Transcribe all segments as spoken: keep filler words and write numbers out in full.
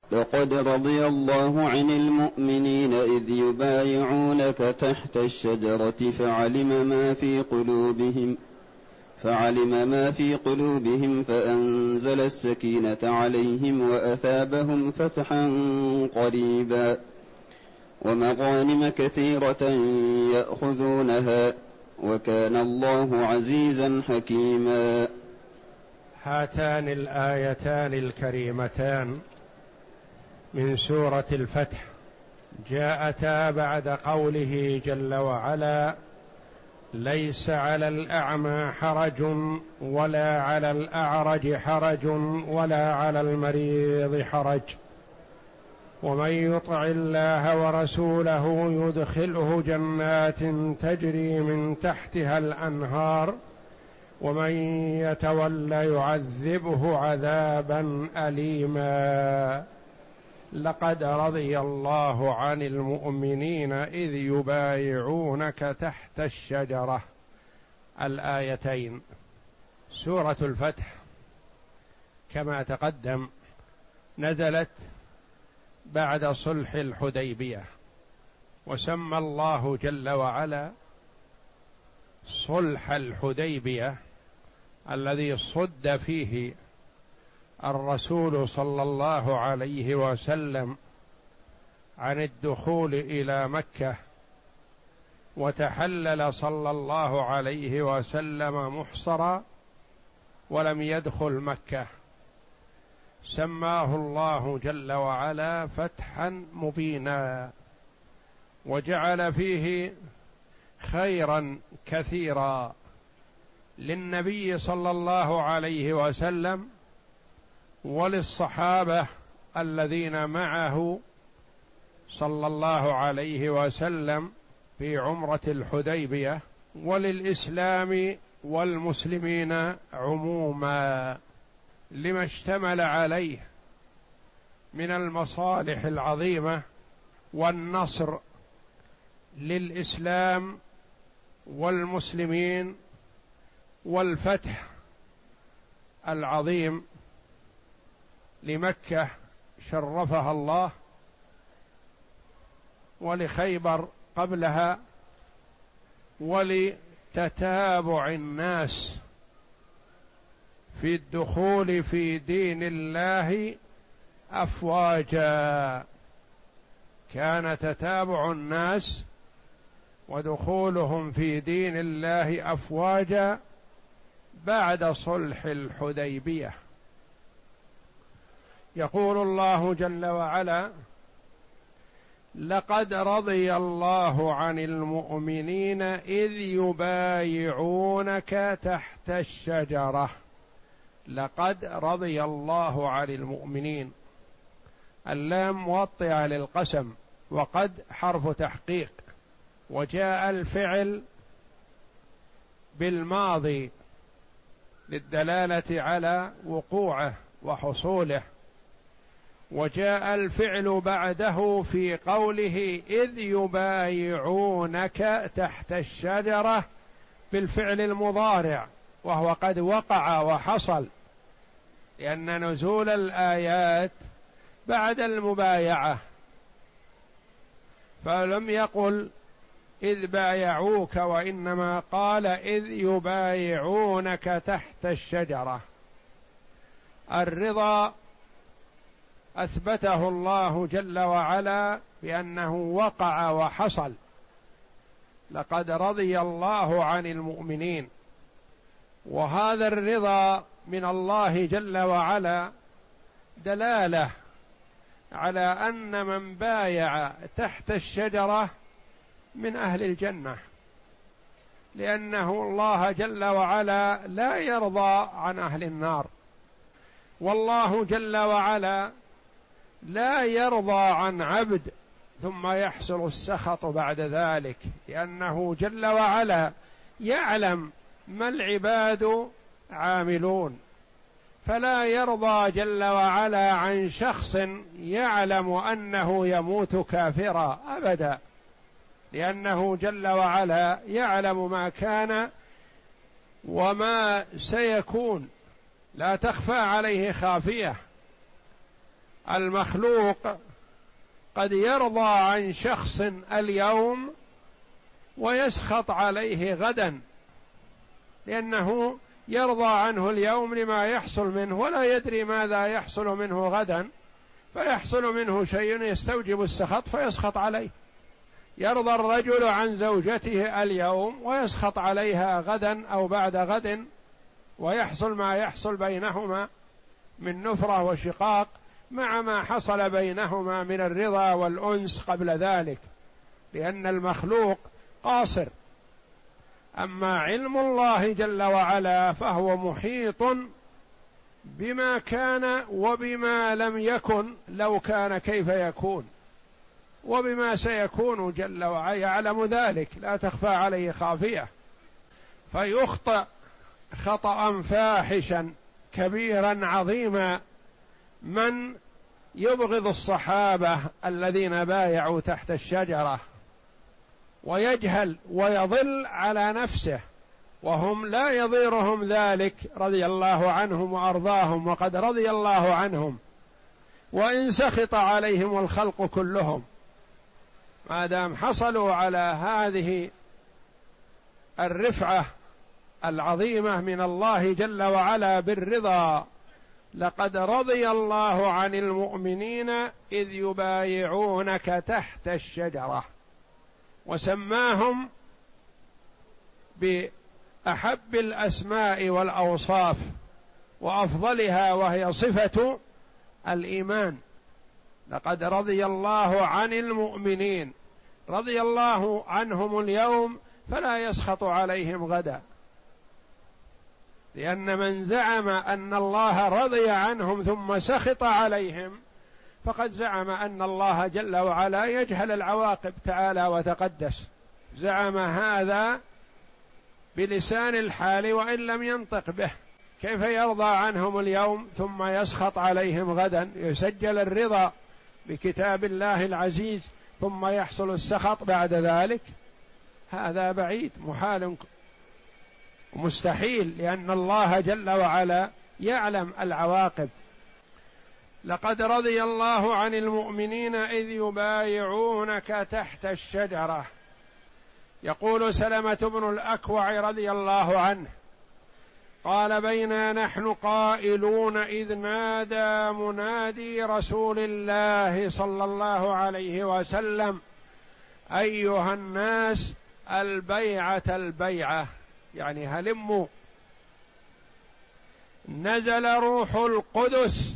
لقد رضي الله عن المؤمنين إذ يبايعونك تحت الشجرة فعلم ما في قلوبهم فعلم ما في قلوبهم فأنزل السكينة عليهم وأثابهم فتحا قريبا ومغانم كثيرة يأخذونها وكان الله عزيزا حكيما. هاتان الآيتان الكريمتان من سورة الفتح جاءتا بعد قوله جل وعلا: ليس على الأعمى حرج ولا على الأعرج حرج ولا على المريض حرج ومن يطع الله ورسوله يدخله جنات تجري من تحتها الأنهار ومن يتول يعذبه عذابا أليما. لقد رضي الله عن المؤمنين إذ يبايعونك تحت الشجرة. الآيتين. سورة الفتح كما تقدم نزلت بعد صلح الحديبية، وسمى الله جل وعلا صلح الحديبية الذي صد فيه الرسول صلى الله عليه وسلم عن الدخول إلى مكة، وتحلل صلى الله عليه وسلم محصرا ولم يدخل مكة، سماه الله جل وعلا فتحا مبينا، وجعل فيه خيرا كثيرا للنبي صلى الله عليه وسلم وللصحابة الذين معه صلى الله عليه وسلم في عمرة الحديبية، وللإسلام والمسلمين عموما، لما اشتمل عليه من المصالح العظيمة والنصر للإسلام والمسلمين والفتح العظيم لمكة شرفها الله، ولخيبر قبلها، ولتتابع الناس في الدخول في دين الله أفواجا. كان تتابع الناس ودخولهم في دين الله أفواجا بعد صلح الحديبية. يقول الله جل وعلا: لقد رضي الله عن المؤمنين إذ يبايعونك تحت الشجرة. لقد رضي الله عن المؤمنين، اللام موطئة للقسم، وقد حرف تحقيق، وجاء الفعل بالماضي للدلالة على وقوعه وحصوله، وجاء الفعل بعده في قوله إذ يبايعونك تحت الشجرة بالفعل المضارع، وهو قد وقع وحصل، لأن نزول الآيات بعد المبايعة، فلم يقل إذ بايعوك، وإنما قال إذ يبايعونك تحت الشجرة. الرضا أثبته الله جل وعلا بأنه وقع وحصل. لقد رضي الله عن المؤمنين، وهذا الرضا من الله جل وعلا دلالة على أن من بايع تحت الشجرة من أهل الجنة، لأنه الله جل وعلا لا يرضى عن أهل النار، والله جل وعلا لا يرضى عن عبد ثم يحصل السخط بعد ذلك، لأنه جل وعلا يعلم ما العباد عاملون، فلا يرضى جل وعلا عن شخص يعلم أنه يموت كافرا أبدا، لأنه جل وعلا يعلم ما كان وما سيكون، لا تخفى عليه خافية. المخلوق قد يرضى عن شخص اليوم ويسخط عليه غدا، لأنه يرضى عنه اليوم لما يحصل منه ولا يدري ماذا يحصل منه غدا، فيحصل منه شيء يستوجب السخط فيسخط عليه. يرضى الرجل عن زوجته اليوم ويسخط عليها غدا أو بعد غد، ويحصل ما يحصل بينهما من نفرة وشقاق مع ما حصل بينهما من الرضا والأنس قبل ذلك، لأن المخلوق قاصر. أما علم الله جل وعلا فهو محيط بما كان وبما لم يكن لو كان كيف يكون، وبما سيكون جل وعلا يعلم ذلك، لا تخفى عليه خافية. فيخطئ خطأ فاحشا كبيرا عظيما من يبغض الصحابة الذين بايعوا تحت الشجرة، ويجهل ويضل على نفسه وهم لا يضيرهم ذلك رضي الله عنهم وأرضاهم، وقد رضي الله عنهم وإن سخط عليهم الخلق كلهم، ما دام حصلوا على هذه الرفعة العظيمة من الله جل وعلا بالرضا. لقد رضي الله عن المؤمنين إذ يبايعونك تحت الشجرة، وسماهم بأحب الأسماء والأوصاف وأفضلها، وهي صفة الإيمان. لقد رضي الله عن المؤمنين، رضي الله عنهم اليوم فلا يسخط عليهم غدا، لأن من زعم أن الله رضي عنهم ثم سخط عليهم فقد زعم أن الله جل وعلا يجهل العواقب تعالى وتقدس. زعم هذا بلسان الحال وإن لم ينطق به. كيف يرضى عنهم اليوم ثم يسخط عليهم غدا؟ يسجل الرضا بكتاب الله العزيز ثم يحصل السخط بعد ذلك، هذا بعيد محال ومستحيل، لأن الله جل وعلا يعلم العواقب. لقد رضي الله عن المؤمنين إذ يبايعونك تحت الشجرة. يقول سلمة بن الأكوع رضي الله عنه قال: بينا نحن قائلون إذ نادى منادي رسول الله صلى الله عليه وسلم: أيها الناس البيعة البيعة، يعني هلموا. نزل روح القدس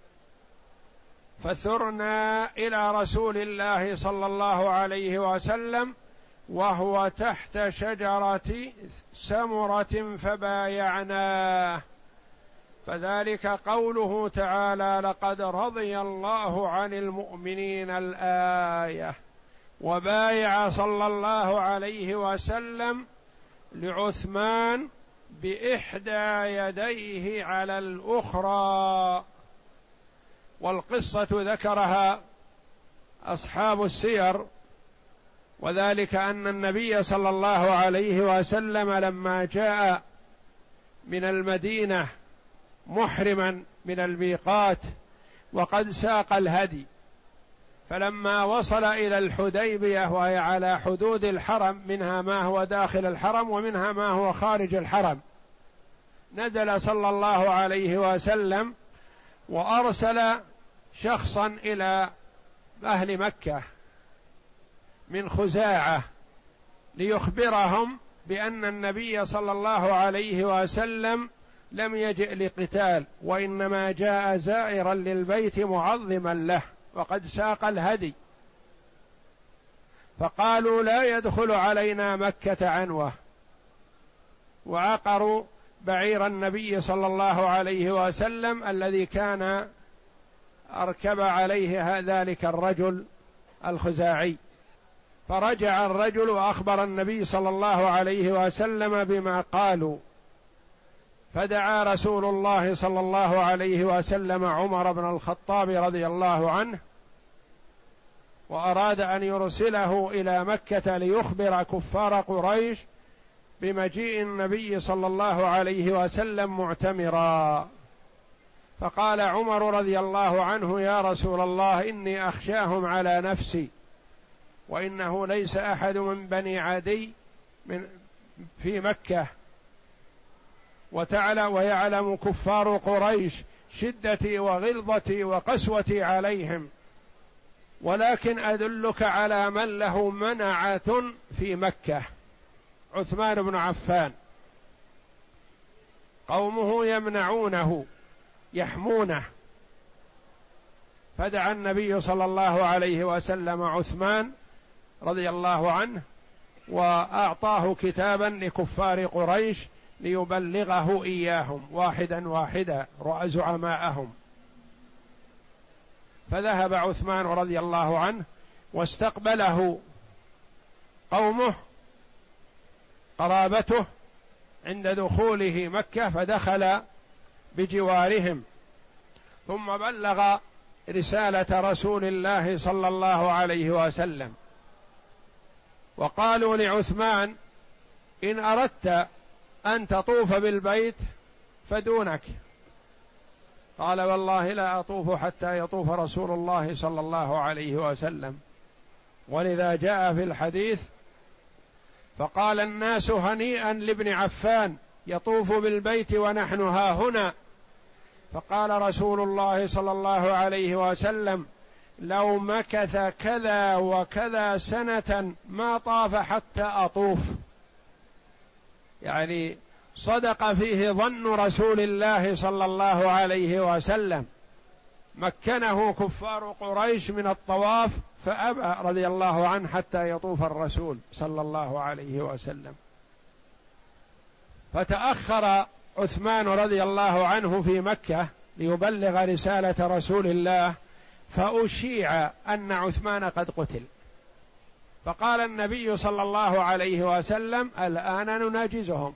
فثرنا إلى رسول الله صلى الله عليه وسلم وهو تحت شجرة سمرة فبايعناه. فذلك قوله تعالى: لقد رضي الله عن المؤمنين الآية. وبايع صلى الله عليه وسلم لعثمان بإحدى يديه على الأخرى. والقصة ذكرها أصحاب السير، وذلك أن النبي صلى الله عليه وسلم لما جاء من المدينة محرما من الميقات وقد ساق الهدي، فلما وصل إلى الحديبية وهي على حدود الحرم، منها ما هو داخل الحرم ومنها ما هو خارج الحرم، نزل صلى الله عليه وسلم وأرسل شخصا إلى أهل مكة من خزاعة ليخبرهم بأن النبي صلى الله عليه وسلم لم يجئ لقتال، وإنما جاء زائرا للبيت معظما له وقد ساق الهدي. فقالوا: لا يدخل علينا مكة عنوة، وعقروا بعير النبي صلى الله عليه وسلم الذي كان أركب عليه ذلك الرجل الخزاعي. فرجع الرجل وأخبر النبي صلى الله عليه وسلم بما قالوا، فدعا رسول الله صلى الله عليه وسلم عمر بن الخطاب رضي الله عنه، وأراد أن يرسله إلى مكة ليخبر كفار قريش بمجيء النبي صلى الله عليه وسلم معتمرا. فقال عمر رضي الله عنه: يا رسول الله إني أخشاهم على نفسي، وإنه ليس أحد من بني عدي من في مكة، وتعالى ويعلم كفار قريش شدتي وغلظتي وقسوتي عليهم، ولكن أدلك على من له منعة في مكة، عثمان بن عفان، قومه يمنعونه يحمونه. فدعا النبي صلى الله عليه وسلم عثمان رضي الله عنه وأعطاه كتابا لكفار قريش ليبلغه إياهم واحدا واحدا زعماءهم. فذهب عثمان رضي الله عنه واستقبله قومه قرابته عند دخوله مكة، فدخل بجوارهم، ثم بلغ رسالة رسول الله صلى الله عليه وسلم. وقالوا لعثمان: إن أردت أن تطوف بالبيت فدونك. قال: والله لا أطوف حتى يطوف رسول الله صلى الله عليه وسلم. ولذا جاء في الحديث: فقال الناس هنيئا لابن عفان يطوف بالبيت ونحن ها هنا. فقال رسول الله صلى الله عليه وسلم: لو مكث كذا وكذا سنة ما طاف حتى أطوف. يعني صدق فيه ظن رسول الله صلى الله عليه وسلم، مكنه كفار قريش من الطواف فأبى رضي الله عنه حتى يطوف الرسول صلى الله عليه وسلم. فتأخر عثمان رضي الله عنه في مكة ليبلغ رسالة رسول الله، فأشيع أن عثمان قد قتل، فقال النبي صلى الله عليه وسلم: الآن نناجزهم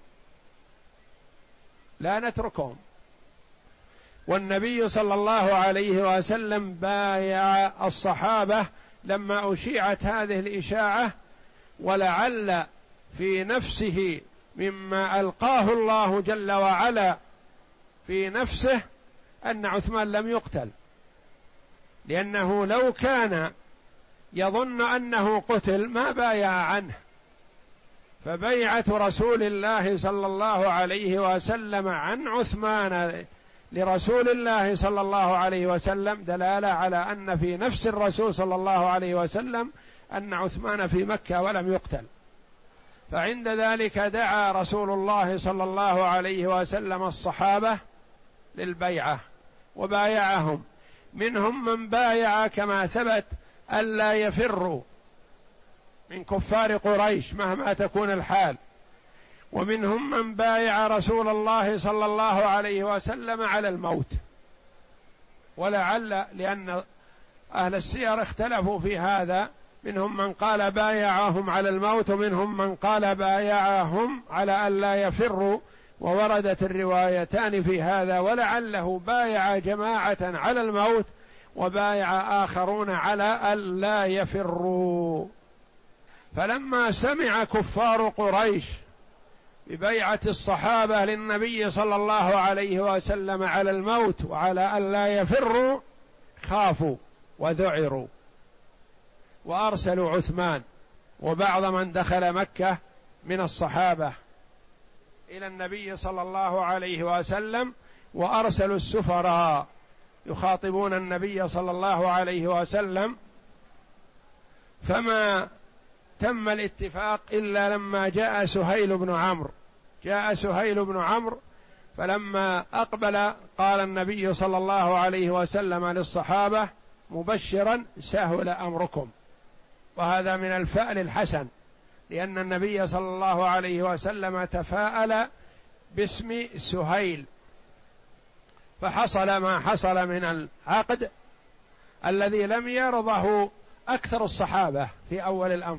لا نتركهم. والنبي صلى الله عليه وسلم بايع الصحابة لما أشيعت هذه الإشاعة، ولعل في نفسه مما ألقاه الله جل وعلا في نفسه أن عثمان لم يقتل، لأنه لو كان يظن أنه قتل ما بايع عنه. فبيعة رسول الله صلى الله عليه وسلم عن عثمان لرسول الله صلى الله عليه وسلم دلالة على أن في نفس الرسول صلى الله عليه وسلم أن عثمان في مكة ولم يقتل. فعند ذلك دعا رسول الله صلى الله عليه وسلم الصحابة للبيعة وبايعهم، منهم من بايع كما ثبت ألا يفروا من كفار قريش مهما تكون الحال، ومنهم من بايع رسول الله صلى الله عليه وسلم على الموت. ولعل لأن أهل السير اختلفوا في هذا، منهم من قال بايعهم على الموت، ومنهم من قال بايعهم على ألا يفروا، ووردت الروايتان في هذا. ولعله بايع جماعة على الموت وبايع آخرون على ألا يفروا. فلما سمع كفار قريش ببيعة الصحابة للنبي صلى الله عليه وسلم على الموت وعلى ألا يفروا خافوا وذعروا، وأرسلوا عثمان وبعض من دخل مكة من الصحابة إلى النبي صلى الله عليه وسلم، وأرسلوا السفراء يخاطبون النبي صلى الله عليه وسلم. فما تم الاتفاق إلا لما جاء سهيل بن عمرو جاء سهيل بن عمرو فلما أقبل قال النبي صلى الله عليه وسلم للصحابة مبشرا: سهل أمركم. وهذا من الفأل الحسن، لأن النبي صلى الله عليه وسلم تفاءل باسم سهيل، فحصل ما حصل من العقد الذي لم يرضه أكثر الصحابة في أول الأمر.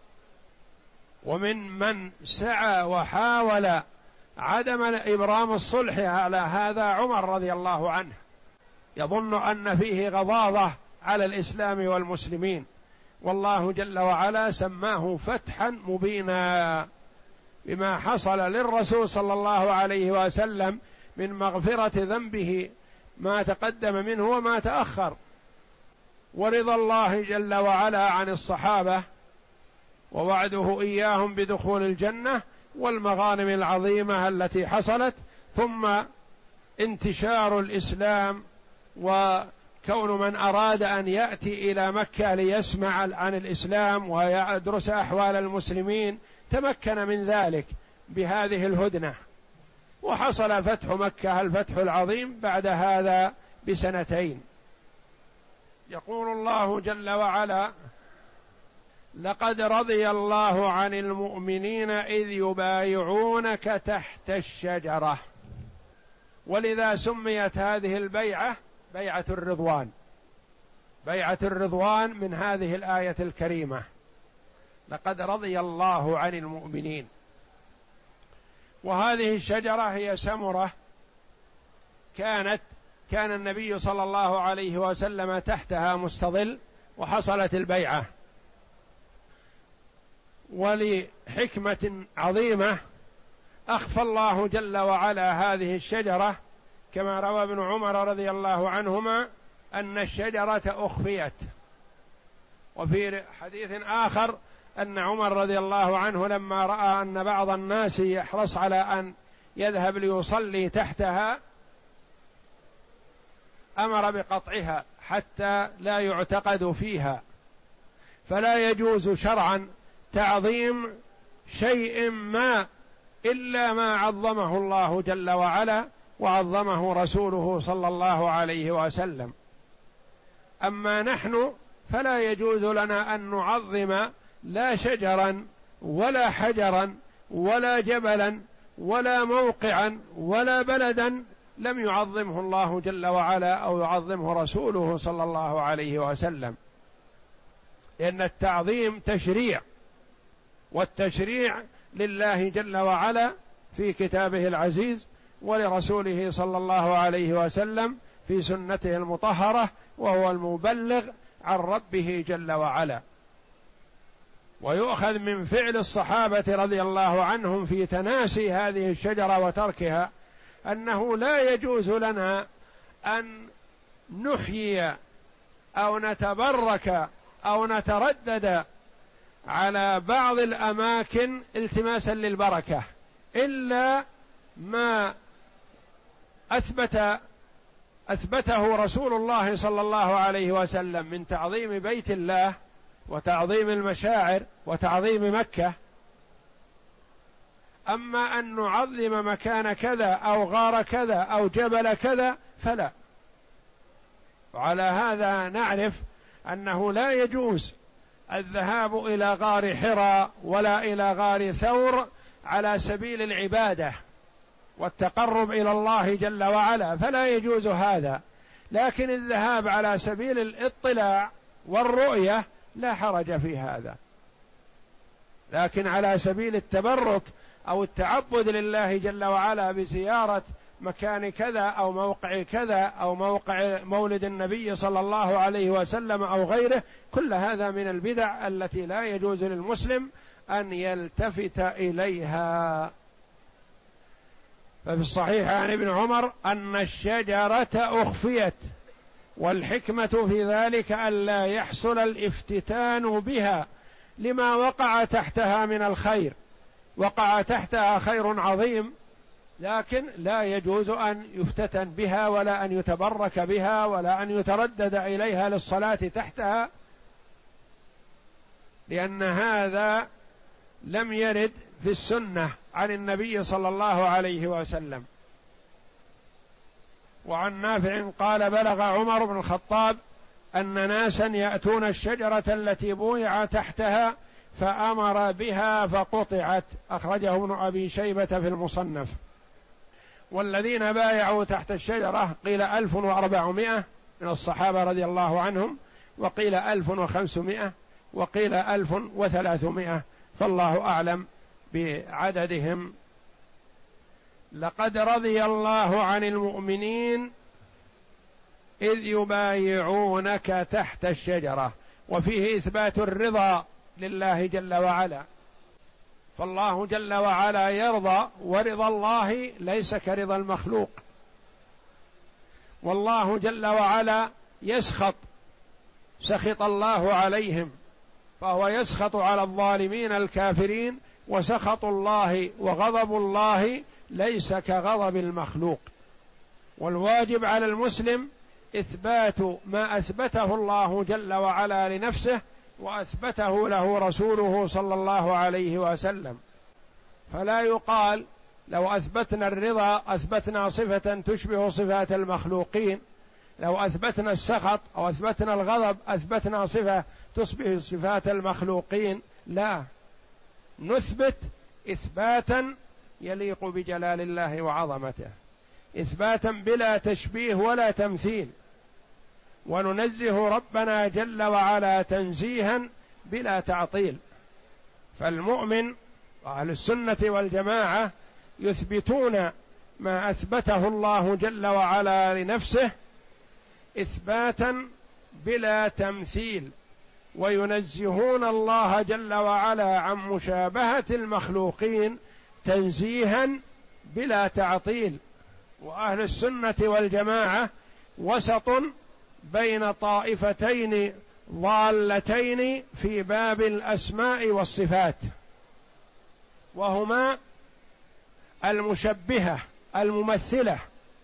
ومن من سعى وحاول عدم إبرام الصلح على هذا عمر رضي الله عنه، يظن أن فيه غضاضة على الإسلام والمسلمين، والله جل وعلا سماه فتحا مبينا بما حصل للرسول صلى الله عليه وسلم من مغفرة ذنبه ما تقدم منه وما تأخر، ورضا الله جل وعلا عن الصحابة ووعده إياهم بدخول الجنة والمغانم العظيمة التي حصلت، ثم انتشار الإسلام وكون من أراد أن يأتي إلى مكة ليسمع عن الإسلام ويدرس أحوال المسلمين تمكن من ذلك بهذه الهدنة. وحصل فتح مكة الفتح العظيم بعد هذا بسنتين. يقول الله جل وعلا: لقد رضي الله عن المؤمنين إذ يبايعونك تحت الشجرة. ولذا سميت هذه البيعة بيعة الرضوان، بيعة الرضوان من هذه الآية الكريمة: لقد رضي الله عن المؤمنين. وهذه الشجرة هي سمرة كانت كان النبي صلى الله عليه وسلم تحتها مستظل، وحصلت البيعة. ولحكمة عظيمة أخفى الله جل وعلا هذه الشجرة، كما روى ابن عمر رضي الله عنهما أن الشجرة أخفيت. وفي حديث آخر أن عمر رضي الله عنه لما رأى أن بعض الناس يحرص على أن يذهب ليصلي تحتها أمر بقطعها حتى لا يعتقد فيها. فلا يجوز شرعا تعظيم شيء ما إلا ما عظمه الله جل وعلا وعظمه رسوله صلى الله عليه وسلم. أما نحن فلا يجوز لنا أن نعظم لا شجرا ولا حجرا ولا جبلا ولا موقعا ولا بلدا لم يعظمه الله جل وعلا أو يعظمه رسوله صلى الله عليه وسلم، لأن التعظيم تشريع، والتشريع لله جل وعلا في كتابه العزيز، ولرسوله صلى الله عليه وسلم في سنته المطهرة، وهو المبلغ عن ربه جل وعلا. ويؤخذ من فعل الصحابة رضي الله عنهم في تناسي هذه الشجرة وتركها أنه لا يجوز لنا أن نحيي أو نتبرك أو نتردد على بعض الأماكن التماسا للبركة إلا ما أثبت أثبته رسول الله صلى الله عليه وسلم من تعظيم بيت الله وتعظيم المشاعر وتعظيم مكة. أما أن نعظم مكان كذا أو غار كذا أو جبل كذا فلا. وعلى هذا نعرف أنه لا يجوز الذهاب إلى غار حراء ولا إلى غار ثور على سبيل العبادة والتقرب إلى الله جل وعلا، فلا يجوز هذا. لكن الذهاب على سبيل الاطلاع والرؤية لا حرج في هذا، لكن على سبيل التبرك أو التعبد لله جل وعلا بزيارة مكان كذا أو موقع كذا أو موقع مولد النبي صلى الله عليه وسلم أو غيره، كل هذا من البدع التي لا يجوز للمسلم أن يلتفت إليها. ففي الصحيح عن ابن عمر أن الشجرة أخفيت، والحكمة في ذلك ألا يحصل الافتتان بها لما وقع تحتها من الخير. وقع تحتها خير عظيم، لكن لا يجوز أن يفتتن بها ولا أن يتبرك بها ولا أن يتردد إليها للصلاة تحتها، لأن هذا لم يرد في السنة عن النبي صلى الله عليه وسلم. وعن نافع قال: بلغ عمر بن الخطاب أن ناسا يأتون الشجرة التي بويع تحتها فأمر بها فقطعت. أخرجه ابن أبي شيبة في المصنف. والذين بايعوا تحت الشجرة قيل ألف وأربعمائة من الصحابة رضي الله عنهم، وقيل ألف وخمسمائة، وقيل ألف وثلاثمائة، فالله أعلم بعددهم. لقد رضي الله عن المؤمنين إذ يبايعونك تحت الشجرة، وفيه إثبات الرضا لله جل وعلا، فالله جل وعلا يرضى، ورضا الله ليس كرضا المخلوق. والله جل وعلا يسخط، سخط الله عليهم، فهو يسخط على الظالمين الكافرين، وسخط الله وغضب الله ليس كغضب المخلوق. والواجب على المسلم إثبات ما أثبته الله جل وعلا لنفسه وأثبته له رسوله صلى الله عليه وسلم. فلا يقال لو أثبتنا الرضا أثبتنا صفة تشبه صفات المخلوقين، لو أثبتنا السخط أو أثبتنا الغضب أثبتنا صفة تشبه صفات المخلوقين. لا، نثبت إثباتا يليق بجلال الله وعظمته، إثباتا بلا تشبيه ولا تمثيل، وننزه ربنا جل وعلا تنزيها بلا تعطيل. فالمؤمن وأهل السنة والجماعة يثبتون ما أثبته الله جل وعلا لنفسه إثباتا بلا تمثيل، وينزهون الله جل وعلا عن مشابهة المخلوقين تنزيها بلا تعطيل. وأهل السنة والجماعة وسط بين طائفتين ضالتين في باب الأسماء والصفات، وهما المشبهة الممثلة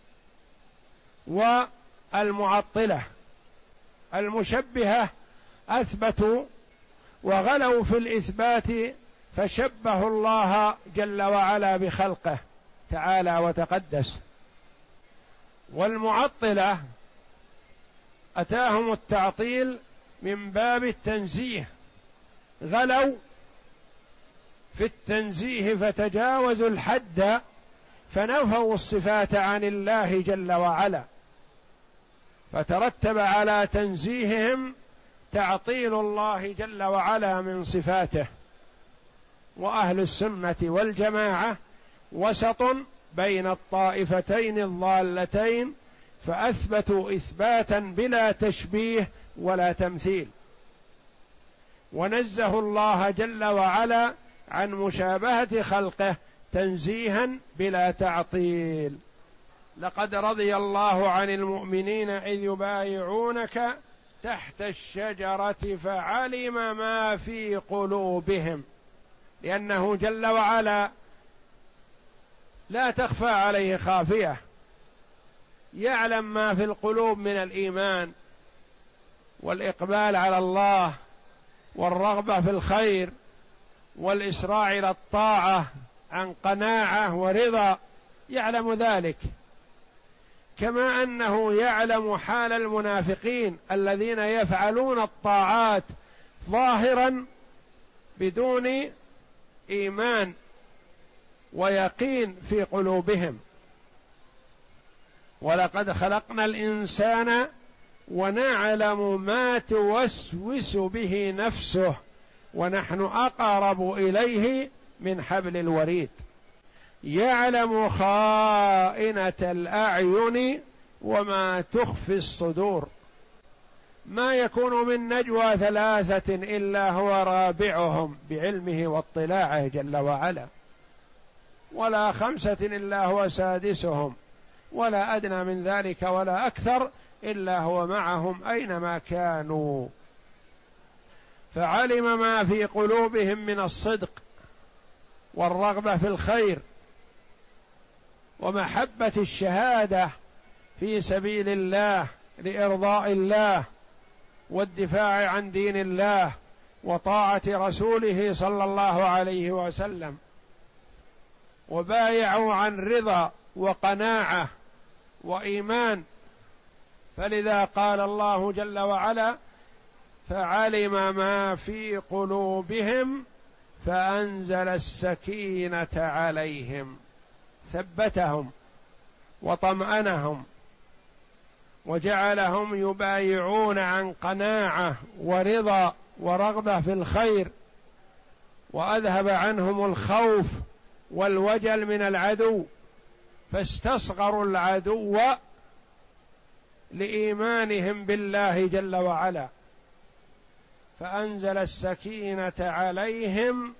والمعطلة. المشبهة أثبتوا وغلوا في الإثبات فشبهوا الله جل وعلا بخلقه تعالى وتقدس. والمعطلة أتاهم التعطيل من باب التنزيه، غلوا في التنزيه فتجاوزوا الحد فنفوا الصفات عن الله جل وعلا، فترتب على تنزيههم تعطيل الله جل وعلا من صفاته. وأهل السنة والجماعة وسط بين الطائفتين الضالتين، فأثبتوا إثباتا بلا تشبيه ولا تمثيل، ونزهوا الله جل وعلا عن مشابهة خلقه تنزيها بلا تعطيل. لقد رضي الله عن المؤمنين إذ يبايعونك تحت الشجرة فعلم ما في قلوبهم، لأنه جل وعلا لا تخفى عليه خافية، يعلم ما في القلوب من الإيمان والإقبال على الله والرغبة في الخير والإسراع إلى الطاعة عن قناعة ورضا، يعلم ذلك، كما أنه يعلم حال المنافقين الذين يفعلون الطاعات ظاهرا بدون إيمان ويقين في قلوبهم. ولقد خلقنا الإنسان ونعلم ما توسوس به نفسه ونحن أقرب إليه من حبل الوريد. يعلم خائنة الأعين وما تخفي الصدور. ما يكون من نجوى ثلاثة إلا هو رابعهم بعلمه واطلاعه جل وعلا، ولا خمسة إلا هو سادسهم، ولا أدنى من ذلك ولا أكثر إلا هو معهم أينما كانوا. فعلم ما في قلوبهم من الصدق والرغبة في الخير ومحبة الشهادة في سبيل الله لإرضاء الله والدفاع عن دين الله وطاعة رسوله صلى الله عليه وسلم، وبايعوا عن رضا وقناعة وإيمان. فلذا قال الله جل وعلا فعلم ما في قلوبهم فأنزل السكينة عليهم، ثبتهم وطمأنهم وجعلهم يبايعون عن قناعة ورضا ورغبة في الخير، وأذهب عنهم الخوف والوجل من العدو، فاستصغروا العدو لإيمانهم بالله جل وعلا، فأنزل السكينة عليهم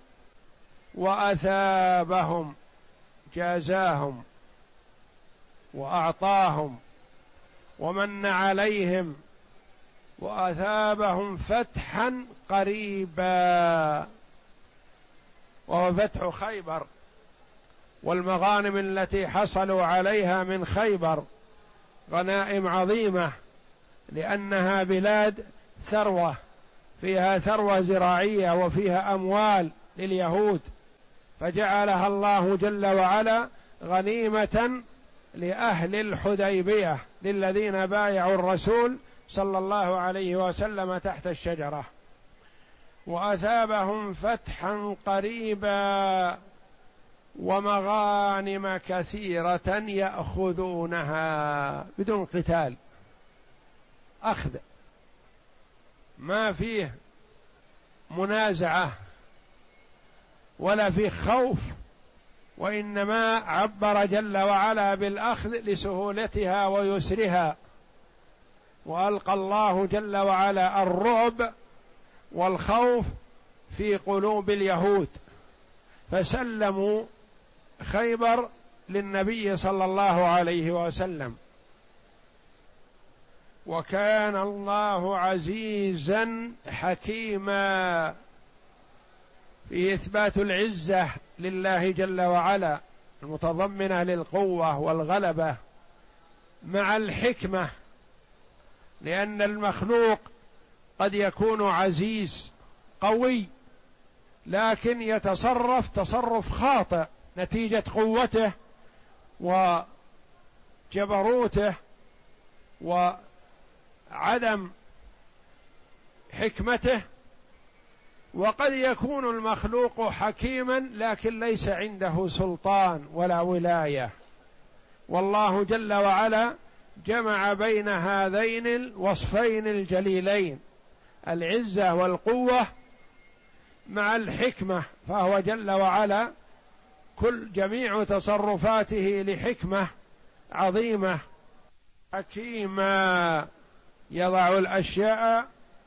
وأثابهم، جازاهم وأعطاهم ومن عليهم وأثابهم فتحا قريبا، وهو فتح خيبر والمغانم التي حصلوا عليها من خيبر، غنائم عظيمة، لأنها بلاد ثروة، فيها ثروة زراعية وفيها أموال لليهود، فجعلها الله جل وعلا غنيمة لأهل الحديبية، للذين بايعوا الرسول صلى الله عليه وسلم تحت الشجرة. وأثابهم فتحا قريبا ومغانم كثيرة يأخذونها بدون قتال، أخذ ما فيه منازعة ولا فيه خوف، وإنما عبر جل وعلا بالأخذ لسهولتها ويسرها. وألقى الله جل وعلا الرعب والخوف في قلوب اليهود، فسلموا خيبر للنبي صلى الله عليه وسلم. وكان الله عزيزا حكيما، في إثبات العزة لله جل وعلا المتضمنة للقوة والغلبة مع الحكمة، لأن المخلوق قد يكون عزيز قوي لكن يتصرف تصرف خاطئ نتيجة قوته وجبروته وعدم حكمته. وقد يكون المخلوق حكيما لكن ليس عنده سلطان ولا ولاية، والله جل وعلا جمع بين هذين الوصفين الجليلين، العزة والقوة مع الحكمة، فهو جل وعلا كل جميع تصرفاته لحكمة عظيمة. حكيما يضع الأشياء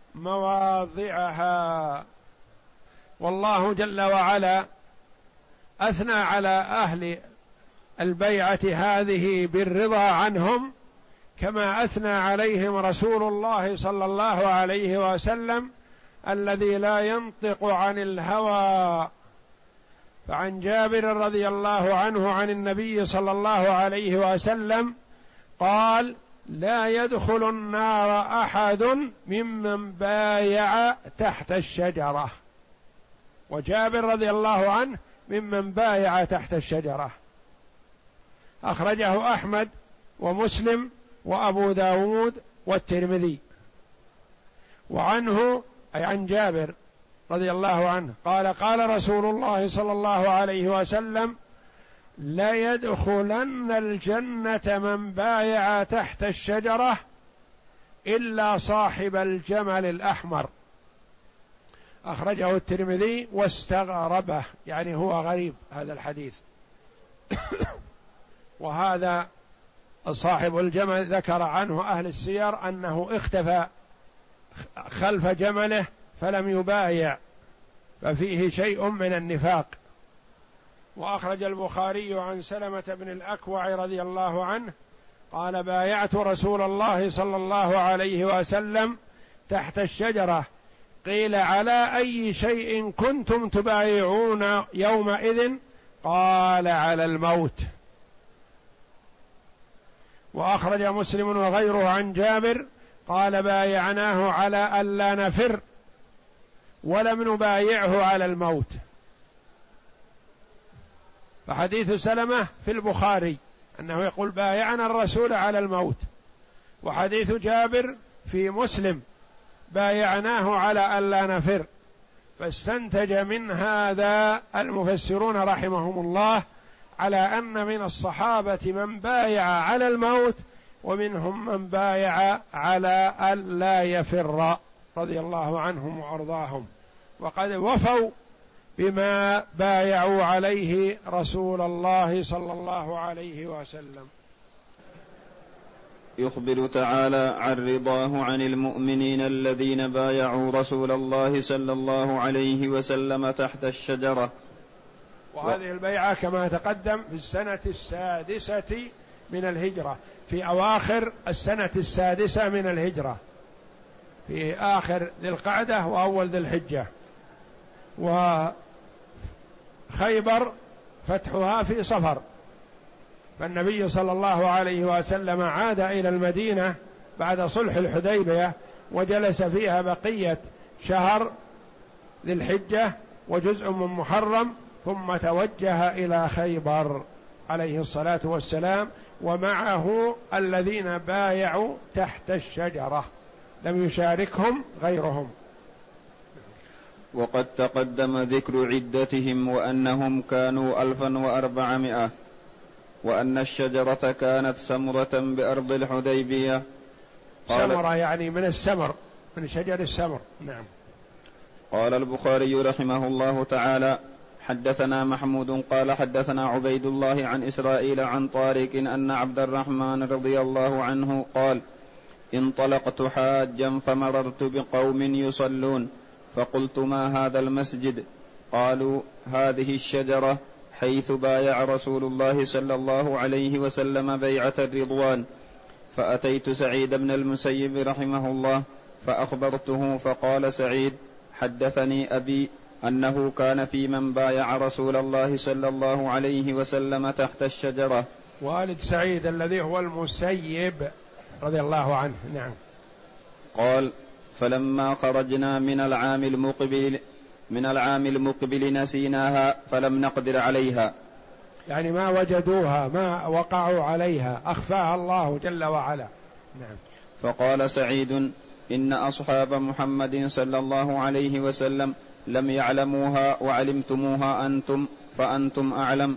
مواضعها. والله جل وعلا أثنى على أهل البيعة هذه بالرضا عنهم، كما أثنى عليهم رسول الله صلى الله عليه وسلم الذي لا ينطق عن الهوى. فعن جابر رضي الله عنه عن النبي صلى الله عليه وسلم قال: لا يدخل النار أحد ممن بايع تحت الشجرة. وجابر رضي الله عنه ممن بايع تحت الشجرة، أخرجه أحمد ومسلم وأبو داود والترمذي. وعنه أي عن جابر رضي الله عنه قال: قال رسول الله صلى الله عليه وسلم: لا يدخلن الجنة من بايع تحت الشجرة إلا صاحب الجمل الأحمر. أخرجه الترمذي واستغربه، يعني هو غريب هذا الحديث. وهذا صاحب الجمل ذكر عنه أهل السير أنه اختفى خلف جمله فلم يبايع، ففيه شيء من النفاق. وأخرج البخاري عن سلمة بن الأكوع رضي الله عنه قال: بايعت رسول الله صلى الله عليه وسلم تحت الشجرة، قيل: على أي شيء كنتم تبايعون يومئذ؟ قال: على الموت. وأخرج مسلم وغيره عن جابر قال: بايعناه على ألا نفر ولم نبايعه على الموت. فحديث سلمة في البخاري أنه يقول: بايعنا الرسول على الموت، وحديث جابر في مسلم: بايعناه على ألا نفر. فاستنتج من هذا المفسرون رحمهم الله على أن من الصحابة من بايع على الموت، ومنهم من بايع على ألا يفر رضي الله عنهم وأرضاهم، وقد وفوا بما بايعوا عليه رسول الله صلى الله عليه وسلم. يخبر تعالى عن رضاه عن المؤمنين الذين بايعوا رسول الله صلى الله عليه وسلم تحت الشجرة. وهذه البيعة كما تقدم في السنة السادسة من الهجرة، في أواخر السنة السادسة من الهجرة، في آخر ذي القعدة وأول ذي الحجة. وخيبر فتحها في صفر، فالنبي صلى الله عليه وسلم عاد إلى المدينة بعد صلح الحديبية وجلس فيها بقية شهر ذي الحجة وجزء من محرم، ثم توجه إلى خيبر عليه الصلاة والسلام، ومعه الذين بايعوا تحت الشجرة لم يشاركهم غيرهم. وقد تقدم ذكر عدتهم وأنهم كانوا ألفا وأربعمائة، وأن الشجرة كانت سمرة بأرض الحديبية. سمرة يعني من السمر، من شجر السمر. نعم. قال البخاري رحمه الله تعالى: حدثنا محمود قال حدثنا عبيد الله عن إسرائيل عن طارق أن عبد الرحمن رضي الله عنه قال: انطلقت حاجا فمررت بقوم يصلون فقلت: ما هذا المسجد؟ قالوا: هذه الشجرة حيث بايع رسول الله صلى الله عليه وسلم بيعة الرضوان. فأتيت سعيد بن المسيب رحمه الله فأخبرته، فقال سعيد: حدثني أبي أنه كان في من بايع رسول الله صلى الله عليه وسلم تحت الشجرة. والد سعيد الذي هو المسيب رضي الله عنه. نعم. قال: فلما خرجنا من العام المقبل من العام المقبل نسيناها فلم نقدر عليها، يعني ما وجدوها، ما وقعوا عليها، أخفاها الله جل وعلا. نعم. فقال سعيد: إن أصحاب محمد صلى الله عليه وسلم لم يعلموها وعلمتموها أنتم فأنتم أعلم.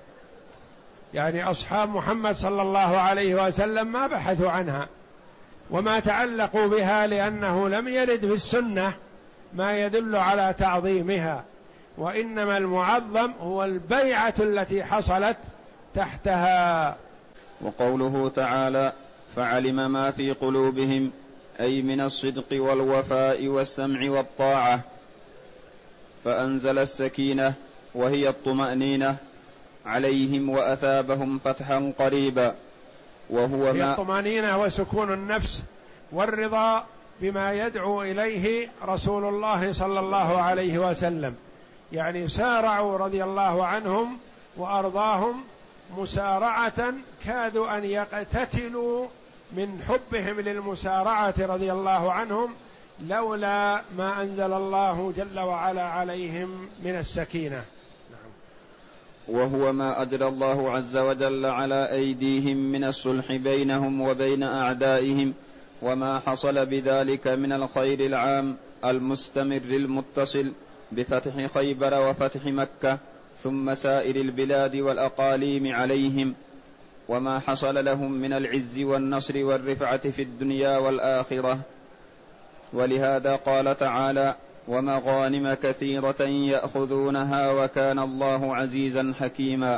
يعني أصحاب محمد صلى الله عليه وسلم ما بحثوا عنها وما تعلقوا بها، لأنه لم يرد في السنة ما يدل على تعظيمها، وإنما المعظم هو البيعة التي حصلت تحتها. وقوله تعالى: فعلم ما في قلوبهم، أي من الصدق والوفاء والسمع والطاعة، فأنزل السكينة وهي الطمأنينة عليهم وأثابهم فتحا قريبا. وهو هي ما الطمأنينة وسكون النفس والرضا بما يدعو إليه رسول الله صلى الله عليه وسلم، يعني سارعوا رضي الله عنهم وأرضاهم مسارعة كادوا أن يقتتلوا من حبهم للمسارعة رضي الله عنهم، لولا ما أنزل الله جل وعلا عليهم من السكينة. وهو ما أجرى الله عز وجل على أيديهم من الصلح بينهم وبين أعدائهم، وما حصل بذلك من الخير العام المستمر المتصل بفتح خيبر وفتح مكة ثم سائر البلاد والأقاليم عليهم، وما حصل لهم من العز والنصر والرفعة في الدنيا والآخرة. ولهذا قال تعالى: ومغانم كثيرة يأخذونها وكان الله عزيزا حكيما.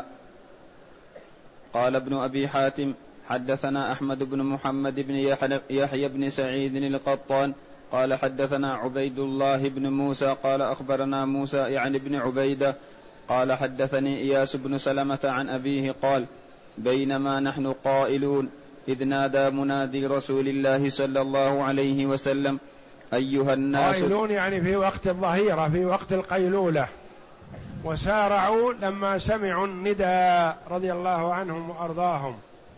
قال ابن أبي حاتم: حدثنا أحمد بن محمد بن يحيى بن سعيد القطان قال حدثنا عبيد الله بن موسى قال أخبرنا موسى يعني بن عبيدة قال حدثني إياس بن سلمة عن أبيه قال: بينما نحن قائلون إذ نادى منادي رسول الله صلى الله عليه وسلم: أيها الناس. قائلون يعني في وقت الظهيرة، في وقت القيلولة، وسارعوا لما سمعوا النداء رضي الله عنهم وأرضاهم.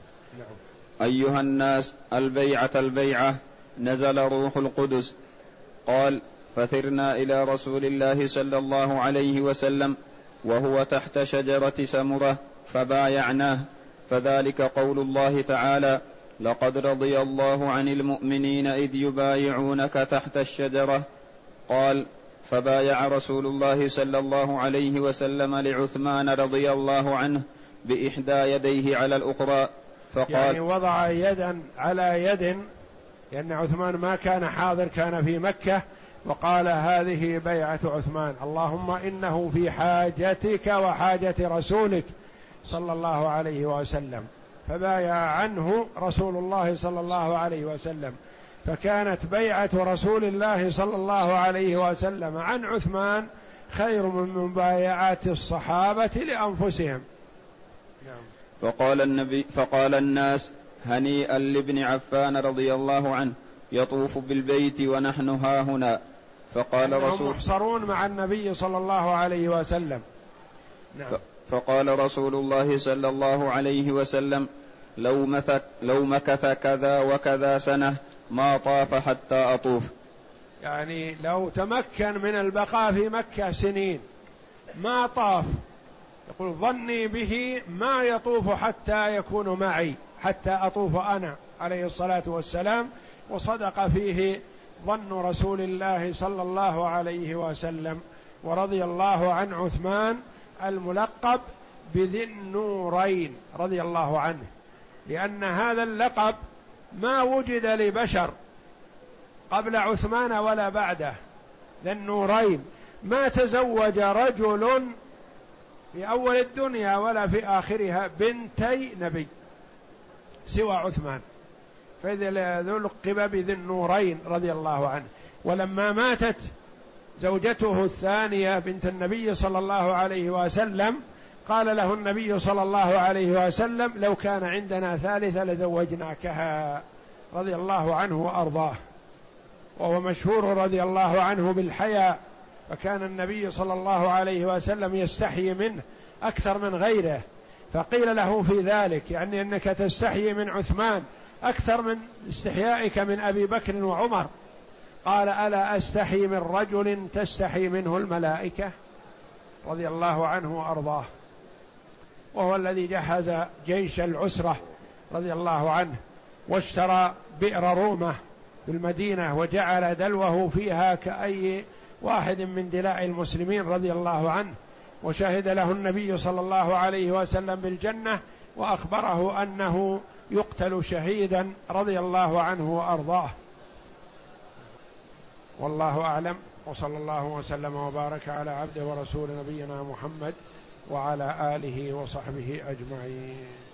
أيها الناس البيعة البيعة، نزل روح القدس. قال: فثرنا إلى رسول الله صلى الله عليه وسلم وهو تحت شجرة سمرة فبايعناه، فذلك قول الله تعالى: لقد رضي الله عن المؤمنين إذ يبايعونك تحت الشجرة. قال: فبايع رسول الله صلى الله عليه وسلم لعثمان رضي الله عنه بإحدى يديه على الأخرى، فقال يعني وضع يدا على يد، لأن عثمان ما كان حاضر، كان في مكة، وقال: هذه بيعة عثمان، اللهم إنه في حاجتك وحاجة رسولك صلى الله عليه وسلم، فبايع عنه رسول الله صلى الله عليه وسلم. فكانت بيعة رسول الله صلى الله عليه وسلم عن عثمان خير من مبايعات الصحابة لأنفسهم. فقال النبي فقال الناس: هنيئا لابن عفان رضي الله عنه يطوف بالبيت ونحن هاهنا. فقال رسول محصرون مع النبي صلى الله عليه وسلم. نعم. فقال رسول الله صلى الله عليه وسلم لو مكث, لو مكث كذا وكذا سنة ما طاف حتى أطوف. يعني لو تمكن من البقاء في مكة سنين ما طاف، يقول ظني به ما يطوف حتى يكون معي، حتى أطوف أنا عليه الصلاة والسلام. وصدق فيه ظن رسول الله صلى الله عليه وسلم. ورضي الله عن عثمان الملقب بذي النورين رضي الله عنه، لأن هذا اللقب ما وجد لبشر قبل عثمان ولا بعده. ذي النورين ما تزوج رجل في أول الدنيا ولا في آخرها بنتي نبي سوى عثمان، فإذا لقب بذي النورين رضي الله عنه. ولما ماتت زوجته الثانية بنت النبي صلى الله عليه وسلم قال له النبي صلى الله عليه وسلم لو كان عندنا ثالثة لزوجناكها رضي الله عنه وأرضاه. وهو مشهور رضي الله عنه بالحياء، فكان النبي صلى الله عليه وسلم يستحيي منه أكثر من غيره، فقيل له في ذلك يعني أنك تستحيي من عثمان أكثر من استحيائك من أبي بكر وعمر. قال ألا أستحي من رجل تستحي منه الملائكة رضي الله عنه وأرضاه. وهو الذي جهز جيش العسرة رضي الله عنه، واشترى بئر رومة في المدينة وجعل دلوه فيها كأي واحد من دلاء المسلمين رضي الله عنه، وشهد له النبي صلى الله عليه وسلم بالجنة وأخبره أنه يقتل شهيدا رضي الله عنه وأرضاه. والله أعلم، وصلى الله وسلم وبارك على عبده ورسول نبينا محمد وعلى آله وصحبه أجمعين.